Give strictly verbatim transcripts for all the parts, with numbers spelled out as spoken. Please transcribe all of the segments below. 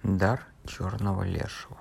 Дар черного лешего.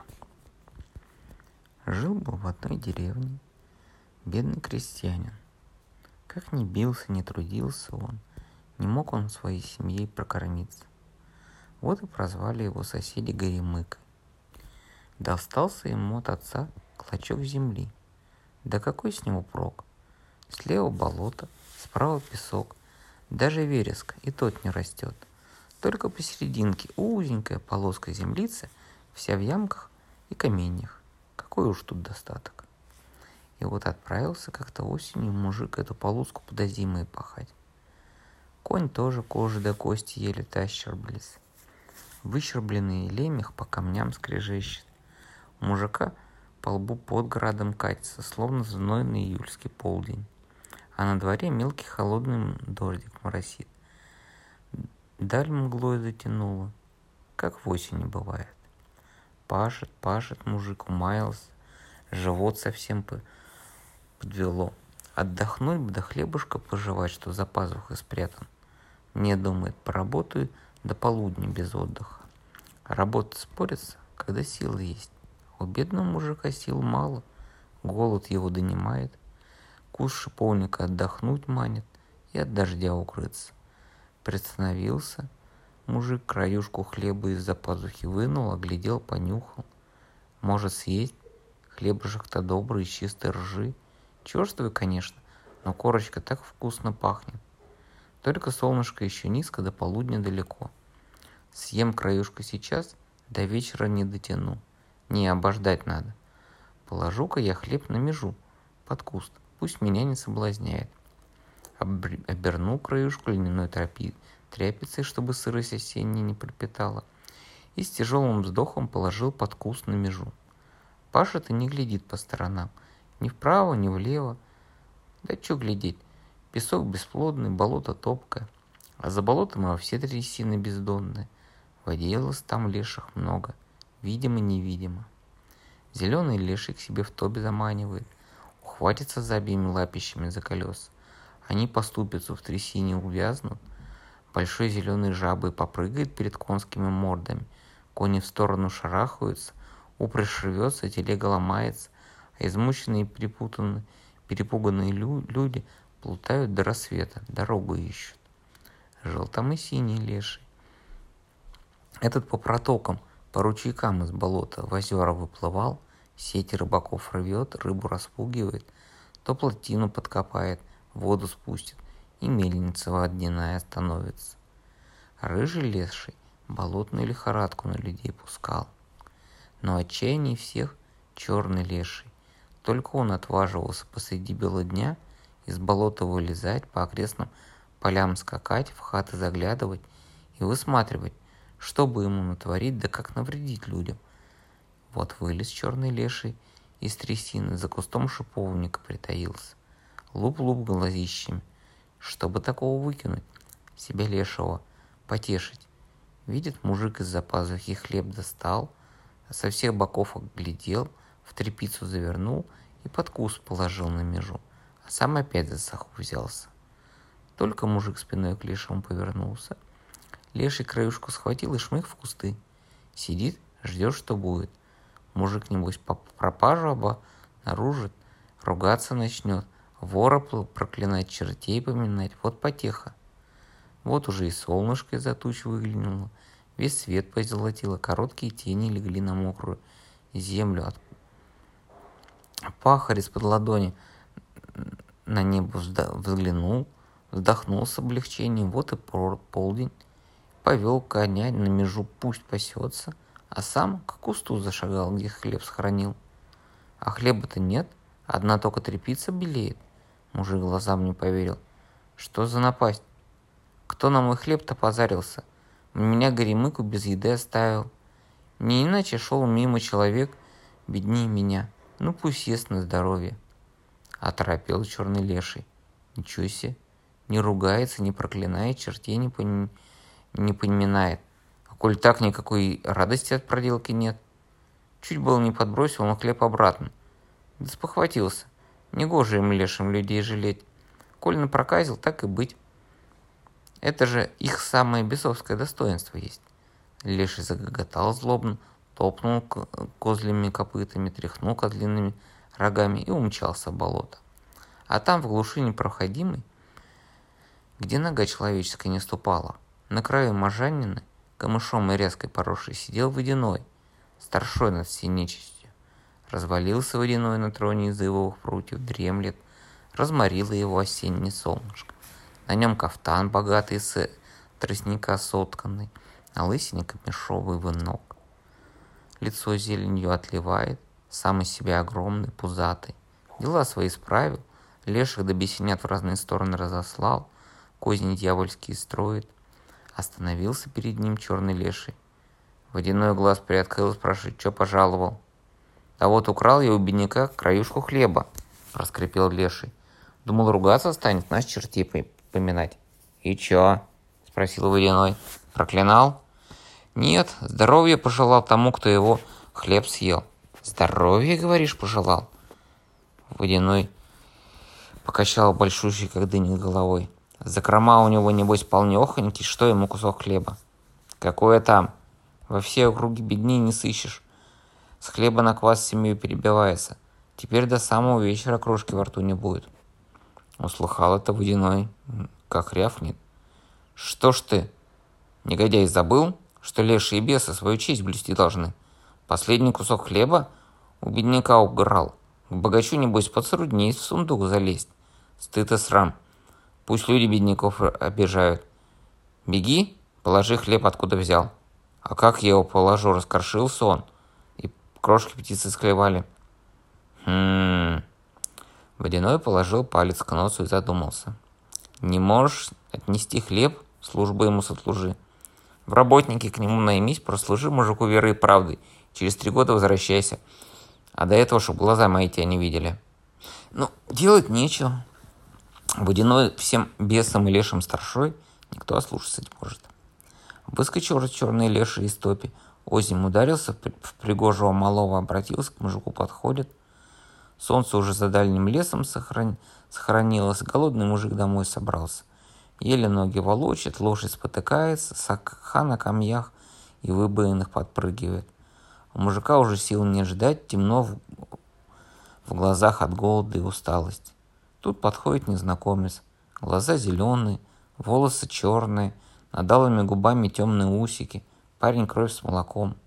Жил-был в одной деревне бедный крестьянин. Как ни бился, ни трудился он, не мог он своей семьей прокормиться. Вот и прозвали его соседи Горемыкой. Достался ему от отца клочок земли. Да какой с него прок? Слева болото, справа песок, даже вереск и тот не растет. Только посерединке узенькая полоска землицы, вся в ямках и каменьях. Какой уж тут достаток. И вот отправился как-то осенью мужик эту полоску подозимой пахать. Конь тоже кожи до кости еле тащерблись. Выщербленный лемех по камням скрежещет. У мужика по лбу под градом катится, словно знойный июльский полдень. А на дворе мелкий холодный дождик моросит. Даль мглой затянуло, как в осени бывает. Пашет, пашет мужик, умаялся, живот совсем подвело. Отдохнуть бы, да хлебушка пожевать, что за пазухой спрятан. Мне, думает, поработаю до полудня без отдыха. А работа спорится, когда силы есть. У бедного мужика сил мало, голод его донимает. Кус шиповника отдохнуть манит и от дождя укрыться. Приостановился мужик, краюшку хлеба из-за пазухи вынул, оглядел, понюхал. Может съесть? Хлебушек-то добрый, из чистой ржи. Черствый, конечно, но корочка так вкусно пахнет. Только солнышко еще низко, до полудня далеко. Съем краюшку сейчас, до вечера не дотяну. Не, обождать надо. Положу-ка я хлеб на межу, под куст, пусть меня не соблазняет. Обернул краюшку льняной тряпи, тряпицей, чтобы сырость осенняя не пропитала, и с тяжелым вздохом положил под куст на межу. Паша-то не глядит по сторонам, ни вправо, ни влево. Да чё глядеть, песок бесплодный, болото топкое, а за болотом и вовсе трясины бездонные. Водилось там леших много, видимо-невидимо. Зеленый леший к себе в тобе заманивает, ухватится за обеими лапищами за колеса. Они поступицу в трясине увязнут, большой зеленой жабой попрыгает перед конскими мордами, кони в сторону шарахаются, упряжь рвется, телега ломается, а измученные и перепутанные, перепуганные лю- люди плутают до рассвета, дорогу ищут. Жил там и синий леший. Этот по протокам, по ручейкам из болота в озера выплывал, сети рыбаков рвет, рыбу распугивает, то плотину подкопает, воду спустит, и мельница водяная становится. Рыжий леший болотную лихорадку на людей пускал. Но отчаяннее всех черный леший. Только он отваживался посреди бела дня из болота вылезать, по окрестным полям скакать, в хаты заглядывать и высматривать, что бы ему натворить, да как навредить людям. Вот вылез черный леший из трясины, за кустом шиповника притаился. Луп-луп глазищами, чтобы такого выкинуть, себя лешего потешить. Видит, мужик из-за пазухи хлеб достал, а со всех боков оглядел, в тряпицу завернул и под куст положил на межу, а сам опять за саху взялся. Только мужик спиной к лешему повернулся, леший краюшку схватил и шмых в кусты. Сидит, ждет, что будет. Мужик, небось, пропажу обнаружит, ругаться начнет, вора проклинать, чертей поминать. Вот потеха. Вот уже и солнышко из-за туч выглянуло, весь свет позолотило, короткие тени легли на мокрую землю. Пахарь из-под ладони на небо взглянул, вздохнул с облегчением. Вот и полдень. Повел коня на межу, пусть пасется, а сам к кусту зашагал, где хлеб схоронил. А хлеба-то нет, одна только тряпица белеет. Мужик глазам не поверил. Что за напасть? Кто на мой хлеб-то позарился? Меня Горемыку без еды оставил. Не иначе шел мимо человек, беднее меня. Ну пусть ест на здоровье. Оторопел черный леший. Ничего себе. Не ругается, не проклинает, чертей не, пон... не поминает. А коль так, никакой радости от проделки нет. Чуть было не подбросил на хлеб обратно. Да спохватился. Негоже им лешим людей жалеть. Коль напроказил, так и быть. Это же их самое бесовское достоинство есть. Леший загоготал злобно, топнул козлими копытами, тряхнул козлиными рогами и умчался в болото. А там, в глуши непроходимой, где нога человеческая не ступала, на краю можжанины, камышом и ряской поросшей, сидел Водяной, старшой над всей нечистью. Развалился Водяной на троне из ивовых прутьев, дремлет, разморило его осеннее солнышко. На нем кафтан богатый с тростника сотканный, на лысине камешовый вынок. Лицо зеленью отливает, сам из себя огромный, пузатый. Дела свои справил, леших до бесенят в разные стороны разослал, козни дьявольские строит. Остановился перед ним черный леший. Водяной глаз приоткрыл, спрашивает, что пожаловал. Да вот украл я у бедняка краюшку хлеба, проскрипел леший. Думал, ругаться станет, нас чертей поминать. И чё? Спросил Водяной. Проклинал? Нет, здоровья пожелал тому, кто его хлеб съел. Здоровье, говоришь, пожелал? Водяной покачал большущей, как дыня, головой. Закрома у него, небось, полнёхонький, что ему кусок хлеба? Какое там? Во все округи бедней не сыщешь. С хлеба на квас семью перебивается. Теперь до самого вечера крошки во рту не будет. Услыхал это Водяной, как рявкнет. Что ж ты, негодяй, забыл, что лешие и бесы свою честь блюсти должны? Последний кусок хлеба у бедняка уграл. К богачу, небось, подсрудней в сундук залезть. Стыд и срам. Пусть люди бедняков обижают. Беги, положи хлеб, откуда взял. А как я его положу, раскрошился он, и крошки птицы склевали. Хм. Водяной положил палец к носу и задумался. Не можешь отнести хлеб, службу ему сослужи. В работники к нему наймись, прослужи мужику верой и правдой. Через три года возвращайся. А до этого, чтобы глаза мои тебя не видели. Ну, делать нечего. Водяной всем бесам и лешим старшой никто ослушаться не может. Выскочил черный леший из топи, озим ударился в пригожего малого, обратился к мужику, подходит. Солнце уже за дальним лесом сохран... сохранилось, голодный мужик домой собрался. Еле ноги волочит, лошадь спотыкается, сакха на камнях и выбоинах подпрыгивает. У мужика уже сил не ждать, темно в... в глазах от голода и усталости. Тут подходит незнакомец. Глаза зеленые, волосы черные, над алыми губами темные усики. Парень кровь с молоком.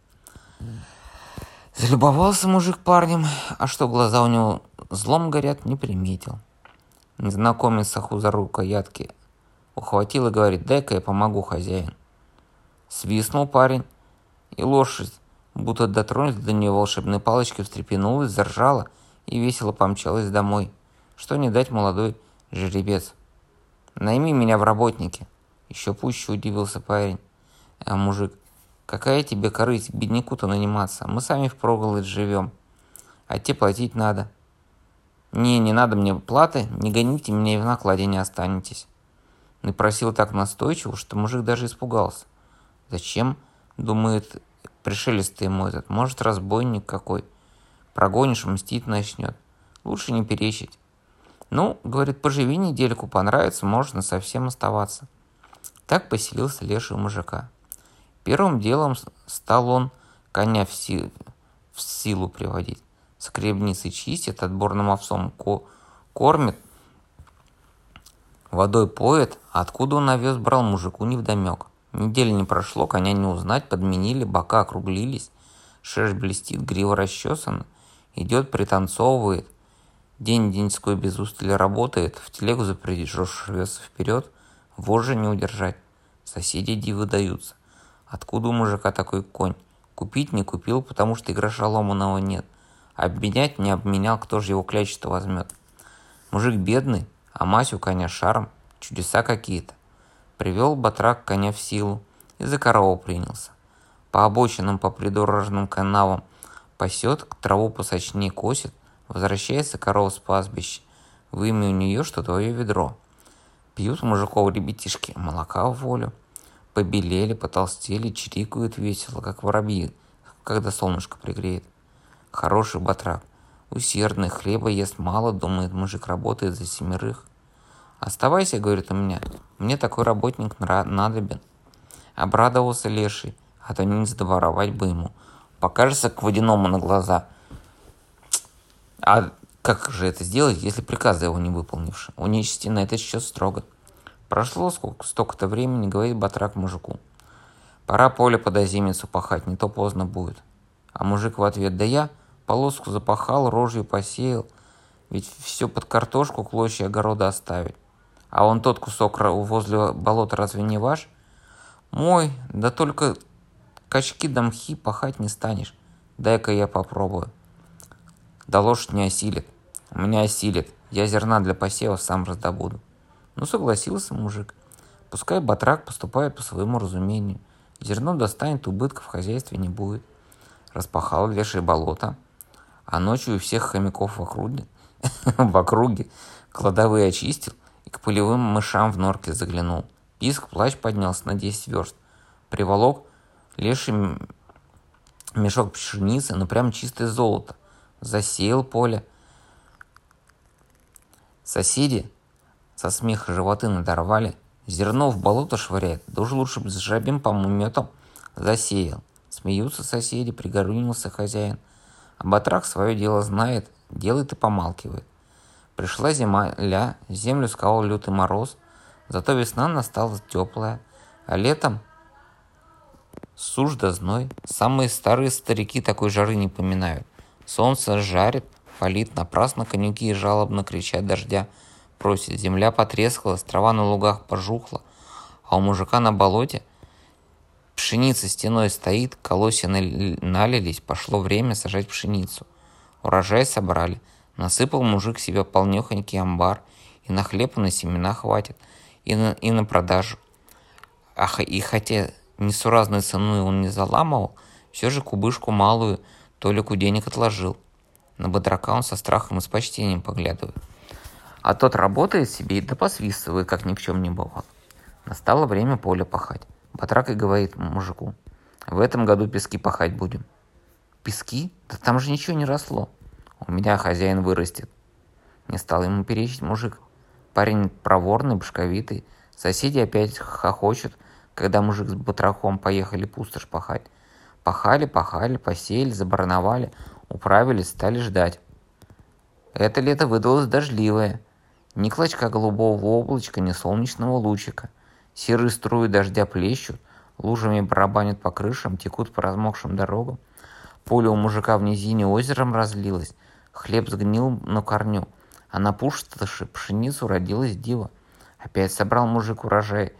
Залюбовался мужик парнем, а что глаза у него злом горят, не приметил. Незнакомец саху за рукоятки ухватил и говорит: дай-ка я помогу, хозяин. Свистнул парень, и лошадь, будто дотронулась до нее волшебной палочкой, встрепенулась, заржала и весело помчалась домой. Что не дать, молодой жеребец? Найми меня в работники. Еще пуще удивился парень. А мужик: какая тебе корысть, бедняку-то наниматься? Мы сами впроголодь живем, а тебе платить надо. Не, не надо мне платы, не гоните меня и в накладе не останетесь. И просил так настойчиво, что мужик даже испугался. Зачем, думает, пришелец-то ему этот? Может, разбойник какой? Прогонишь, мстить начнет. Лучше не перечить. Ну, говорит, поживи недельку, понравится, можно совсем оставаться. Так поселился леший у мужика. Первым делом стал он коня в, си... в силу приводить. Скребницы чистит, отборным овсом ко... кормит, водой поет, а откуда он овес брал, мужику невдомек. Недели не прошло, коня не узнать, подменили, бока округлились, шерсть блестит, грива расчесана, идет, пританцовывает, день-деньской без устали работает, в телегу запряжешь, рвется вперед, вожжи не удержать, соседи дивы даются. Откуда у мужика такой конь? Купить не купил, потому что и гроша ломаного нет. Обменять не обменял, кто же его клячу-то возьмет? Мужик бедный, а мать у коня шаром, чудеса какие-то. Привел батрак коня в силу и за корову принялся. По обочинам, по придорожным канавам пасет, траву посочнее косит, возвращается корова с пастбища. Выми у нее, что твое ведро. Пьют мужиков ребятишки молока в волю. Побелели, потолстели, чирикают весело, как воробьи, когда солнышко пригреет. Хороший батрак, усердный, хлеба ест мало, думает, мужик работает за семерых. Оставайся, говорит, у меня, мне такой работник надобен. Обрадовался леший, а то не задоворовать бы ему. Покажется к водяному на глаза. А как же это сделать, если приказа его не выполнивши? У нечисти на этот счет строго. Прошло сколько, столько-то времени, говорит батрак мужику. Пора поле под озимицу пахать, не то поздно будет. А мужик в ответ: да я полоску запахал, рожью посеял, ведь все под картошку клочья огорода оставить. А он тот кусок возле болота разве не ваш? Мой, да только качки да мхи пахать не станешь. Дай-ка я попробую. Да лошадь не осилит. У меня осилит. Я зерна для посева сам раздобуду. Ну, согласился мужик. Пускай батрак поступает по своему разумению. Зерно достанет, убытков в хозяйстве не будет. Распахал лешее болото, а ночью у всех хомяков в округе, в округе кладовые очистил и к полевым мышам в норке заглянул. Писк, плач поднялся на десять верст. Приволок леший мешок пшеницы, ну прям чистое золото. Засеял поле. Соседи со смеха животы надорвали. Зерно в болото швыряет, да уж лучше бы с жабим пометом засеял. Смеются соседи, пригорюнился хозяин. А батрак свое дело знает, делает и помалкивает. Пришла земля, землю сковал лютый мороз, зато весна настала теплая, а летом сушь да зной. Самые старые старики такой жары не поминают. Солнце жарит, палит, напрасно конюки жалобно кричат дождя. Просит, земля потрескалась, трава на лугах пожухла, а у мужика на болоте пшеница стеной стоит, колосья налились, пошло время сажать пшеницу. Урожай собрали, насыпал мужик себе полнехонький амбар, и на хлеб, и на семена хватит, и на, и на продажу. Ах, и хотя несуразную цену он не заламывал, все же кубышку малую Толику денег отложил. На батрака он со страхом и с почтением поглядывает. А тот работает себе и да посвистывает, как ни в чем не бывало. Настало время поле пахать. Батрак и говорит мужику: в этом году пески пахать будем. Пески? Да там же ничего не росло. У меня хозяин вырастет. Не стал ему перечить мужик. Парень проворный, башковитый. Соседи опять хохочут, когда мужик с батраком поехали пустошь пахать. Пахали, пахали, посеяли, забарновали, управились, стали ждать. Это лето выдалось дождливое. Ни клочка голубого облачка, ни солнечного лучика. Серые струи дождя плещут, лужами барабанят по крышам, текут по размокшим дорогам. Поле у мужика в низине озером разлилось, хлеб сгнил на корню, а на пустоши пшеницу родилась дива. Опять собрал мужик урожай.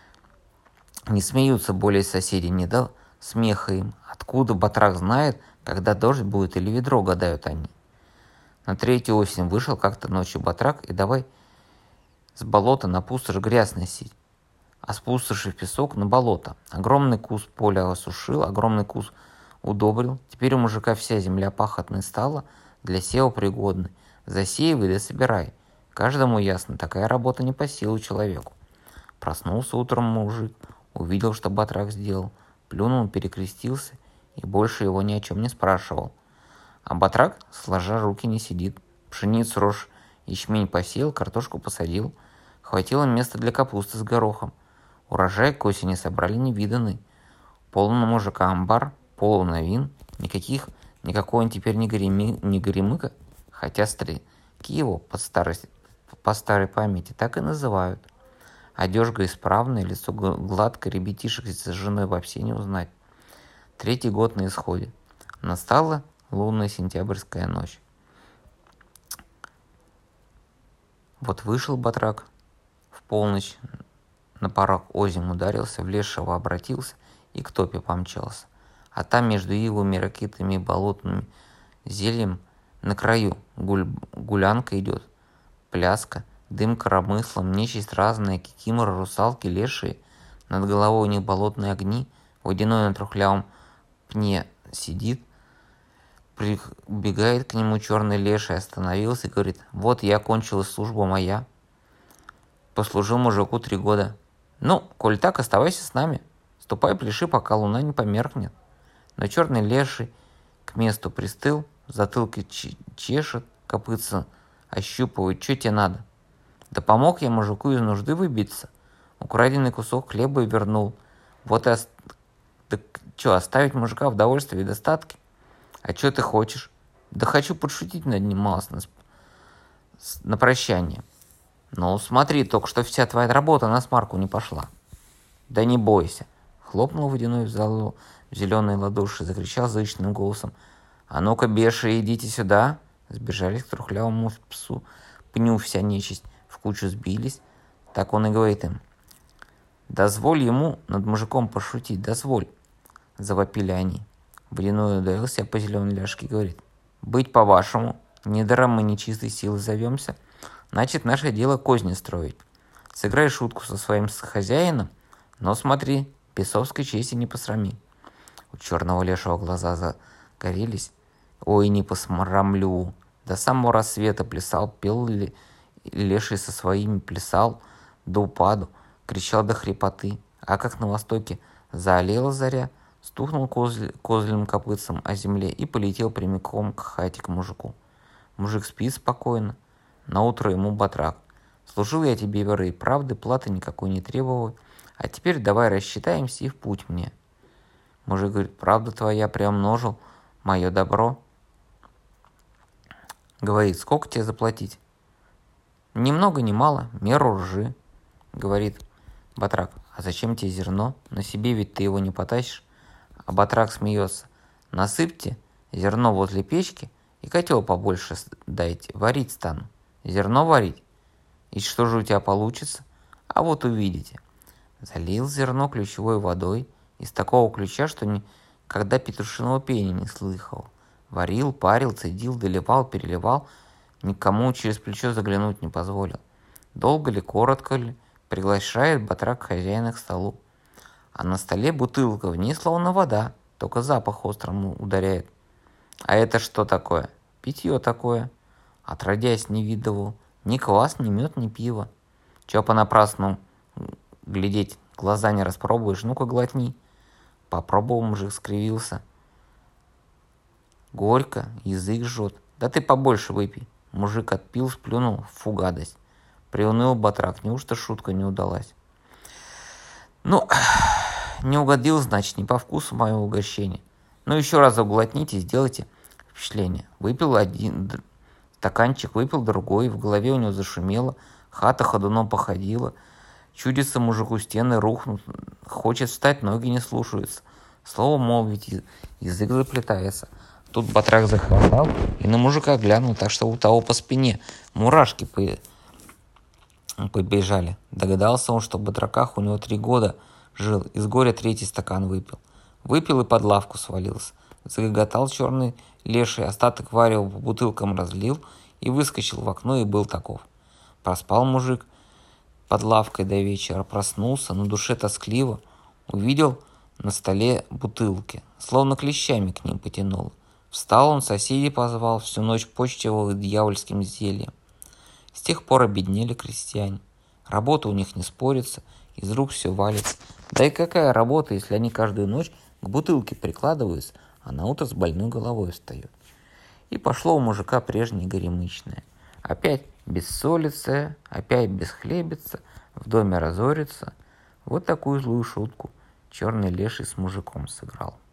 Не смеются более соседи, не дал смеха им. Откуда батрак знает, когда дождь будет или ведро, гадают они. На третью осень вышел как-то ночью батрак и давай с болота на пустошь грязь носить, а с пустоши в песок на болото. Огромный кус поля осушил, огромный кус удобрил. Теперь у мужика вся земля пахотной стала, для сева пригодной. Засеивай да собирай. Каждому ясно, такая работа не по силу человеку. Проснулся утром мужик, увидел, что батрак сделал, плюнул, перекрестился и больше его ни о чем не спрашивал. А батрак, сложа руки, не сидит. Пшеницу, рожь, ячмень посеял, картошку посадил. Хватило места для капусты с горохом. Урожай к осени собрали невиданный. Полный мужика амбар, полон вин. Никаких, никакой он теперь не, гореми, не горемыка, хотя старики его по, старости, по старой памяти так и называют. Одежка исправная, лицо гладкое, ребятишек с женой вообще не узнать. Третий год на исходе. Настала лунная сентябрьская ночь. Вот вышел батрак в полночь, на порог озим ударился, в лешего обратился и к топе помчался. А там между ивами, ракитами и болотным зельем на краю гуль... гулянка идет, пляска, дым коромыслом, нечисть разная, кикиморы, русалки, лешие. Над головой у них болотные огни, водяной на трухлявом пне сидит. Прибегает к нему черный леший, остановился и говорит: вот я кончилась служба моя. Послужил мужику три года. Ну, коль так, оставайся с нами. Ступай, пляши, пока луна не померкнет. Но черный леший к месту пристыл, в затылке чешет, копытца ощупывает, что тебе надо. Да помог я мужику из нужды выбиться. Украденный кусок хлеба и вернул. Вот и, ост... Так что, оставить мужика в довольстве и достатке? А что ты хочешь? Да хочу подшутить над ним малость на, на прощание. Ну, смотри, только что вся твоя работа на смарку не пошла. Да не бойся. Хлопнул водяной в залу в зеленые ладоши, закричал зычным голосом. А ну-ка, беши, идите сюда. Сбежались к трухлявому псу. Пню вся нечисть в кучу сбились. Так он и говорит им. Дозволь ему над мужиком пошутить, дозволь. Завопили они. Водяной ударился по зеленой ляжке и говорит. Быть по-вашему, недаром мы нечистой силой зовемся. Значит, наше дело козни строить. Сыграй шутку со своим хозяином, но смотри, бесовской чести не посрами. У черного лешего глаза загорелись. Ой, не посрамлю. До самого рассвета плясал, пел ли леший со своими, плясал до упаду, кричал до хрипоты. А как на востоке заолела заря, стукнул козль, козлиным копытцем о земле и полетел прямиком к хате к мужику. Мужик спит спокойно. Наутро ему батрак. Служил я тебе, веры и правды, платы никакой не требовал, а теперь давай рассчитаемся и в путь мне. Мужик говорит, правда твоя приумножил мое добро. Говорит, сколько тебе заплатить? Ни много, ни мало, меру ржи. Говорит батрак, а зачем тебе зерно? На себе ведь ты его не потащишь. А батрак смеется. Насыпьте зерно возле печки и котел побольше дайте, варить стану. Зерно варить? И что же у тебя получится? А вот увидите. Залил зерно ключевой водой из такого ключа, что никогда петушиного пения не слыхал. Варил, парил, цедил, доливал, переливал, никому через плечо заглянуть не позволил. Долго ли, коротко ли, приглашает батрак хозяина к столу. А на столе бутылка, в ней словно вода, только запах острым ударяет. А это что такое? Питье такое. Отродясь не видывал ни квас, ни мед, ни пиво. Чё понапрасну глядеть, глаза не распробуешь, ну-ка глотни. Попробовал, мужик скривился. Горько, язык жжет. Да ты побольше выпей. Мужик отпил, сплюнул, фу, гадость. Приуныл батрак, неужто шутка не удалась? Ну, не угодил, значит, не по вкусу мое угощение. Ну, еще раз углотните и сделайте впечатление. Выпил один стаканчик, выпил другой, в голове у него зашумело, хата ходуном походила, чудится мужику, стены рухнут, хочет встать, ноги не слушаются. Слово молвить, язык заплетается. Тут батрак захватал и на мужика глянул, так что у того по спине мурашки побежали. Догадался он, что в батраках у него три года жил, из горя третий стакан выпил. Выпил и под лавку свалился. Загоготал черный леший, остаток варева по бутылкам разлил и выскочил в окно, и был таков. Проспал мужик под лавкой до вечера, проснулся, на душе тоскливо, увидел на столе бутылки, словно клещами к ним потянуло. Встал он, соседей позвал, всю ночь почтивал дьявольским зельем. С тех пор обеднели крестьяне. Работа у них не спорится, из рук все валится. Да и какая работа, если они каждую ночь к бутылке прикладываются, а на утро с больной головой встают. И пошло у мужика прежнее горемычное. Опять бессолица, опять бесхлебица, в доме разорится. Вот такую злую шутку черный леший с мужиком сыграл.